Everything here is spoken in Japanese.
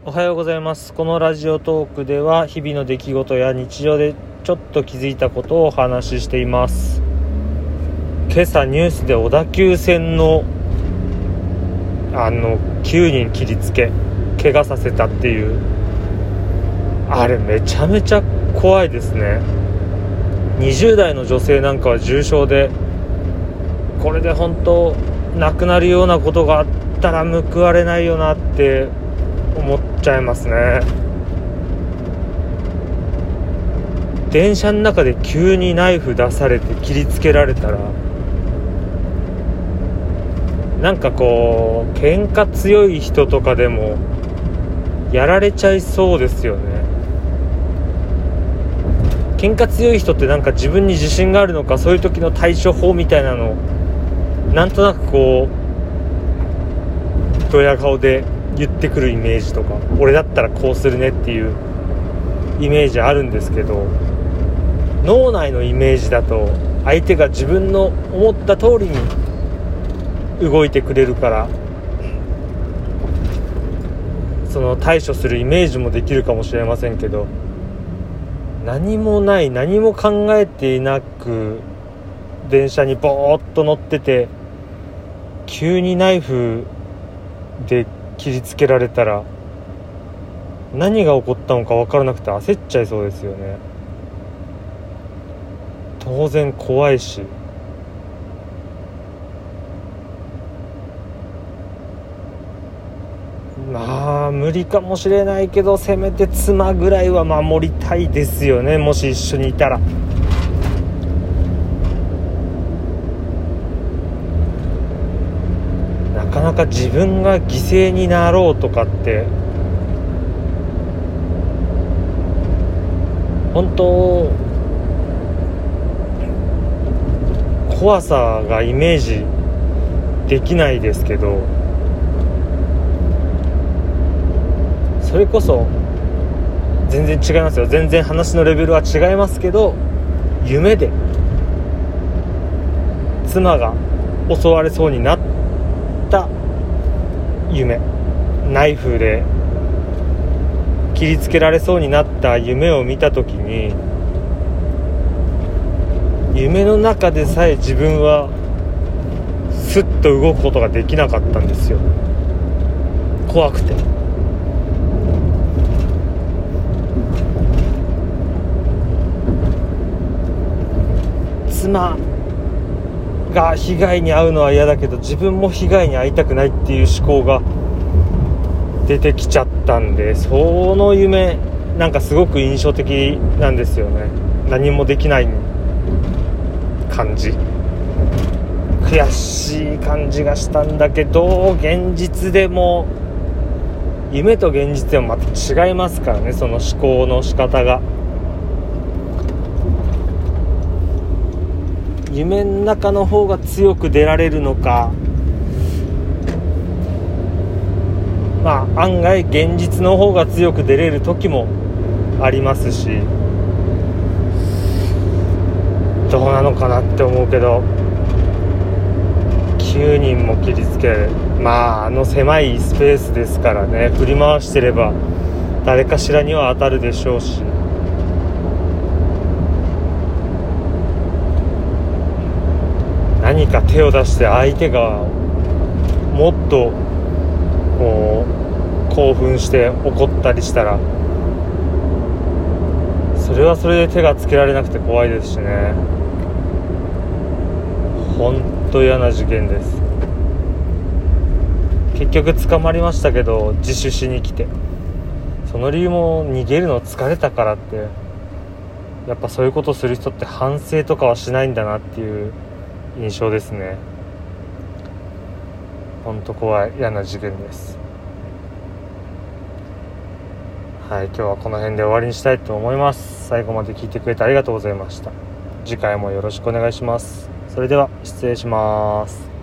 おはようございます。このラジオトークでは日々の出来事や日常でちょっと気づいたことをお話ししています。今朝ニュースで小田急線の9人切りつけ怪我させたっていう、あれめちゃめちゃ怖いですね。20代の女性なんかは重傷で、これで本当亡くなるようなことがあったら報われないよなって思っちゃいますね。電車の中で急にナイフ出されて切りつけられたら、なんかこう喧嘩強い人とかでもやられちゃいそうですよね。喧嘩強い人ってなんか自分に自信があるのか、そういう時の対処法みたいなのなんとなくこうドヤ顔で言ってくるイメージとか、俺だったらこうするねっていうイメージあるんですけど、脳内のイメージだと相手が自分の思った通りに動いてくれるから、その対処するイメージもできるかもしれませんけど、何もない何も考えていなく電車にボーっと乗ってて、急にナイフで切りつけられたら何が起こったのか分からなくて焦っちゃいそうですよね。当然怖いし、まあ無理かもしれないけど、せめて妻ぐらいは守りたいですよね、もし一緒にいたら。なかなか自分が犠牲になろうとかって本当怖さがイメージできないですけど、それこそ全然違いますよ。全然話のレベルは違いますけど、夢で妻が襲われそうになった夢、ナイフで切りつけられそうになった夢を見たときに、夢の中でさえ自分はスッと動くことができなかったんですよ。怖くて。妻が被害に遭うのは嫌だけど、自分も被害に遭いたくないっていう思考が出てきちゃったんで、その夢なんかすごく印象的なんですよね。何もできない感じ、悔しい感じがしたんだけど、現実でも夢と現実でもまた違いますからね、その思考の仕方が。夢の中の方が強く出られるのか、案外現実の方が強く出れる時もありますし、どうなのかなって思うけど、9人も切りつける、狭いスペースですからね、振り回してれば誰かしらには当たるでしょうし、何か手を出して相手がもっとこう興奮して怒ったりしたら、それはそれで手がつけられなくて怖いですしね。ほんと嫌な事件です。結局捕まりましたけど、自首しに来て、その理由も逃げるの疲れたからって、やっぱそういうことする人って反省とかはしないんだなっていう印象ですね。ほんと怖い嫌な事件です。はい、今日はこの辺で終わりにしたいと思います。最後まで聞いてくれてありがとうございました。次回もよろしくお願いします。それでは失礼します。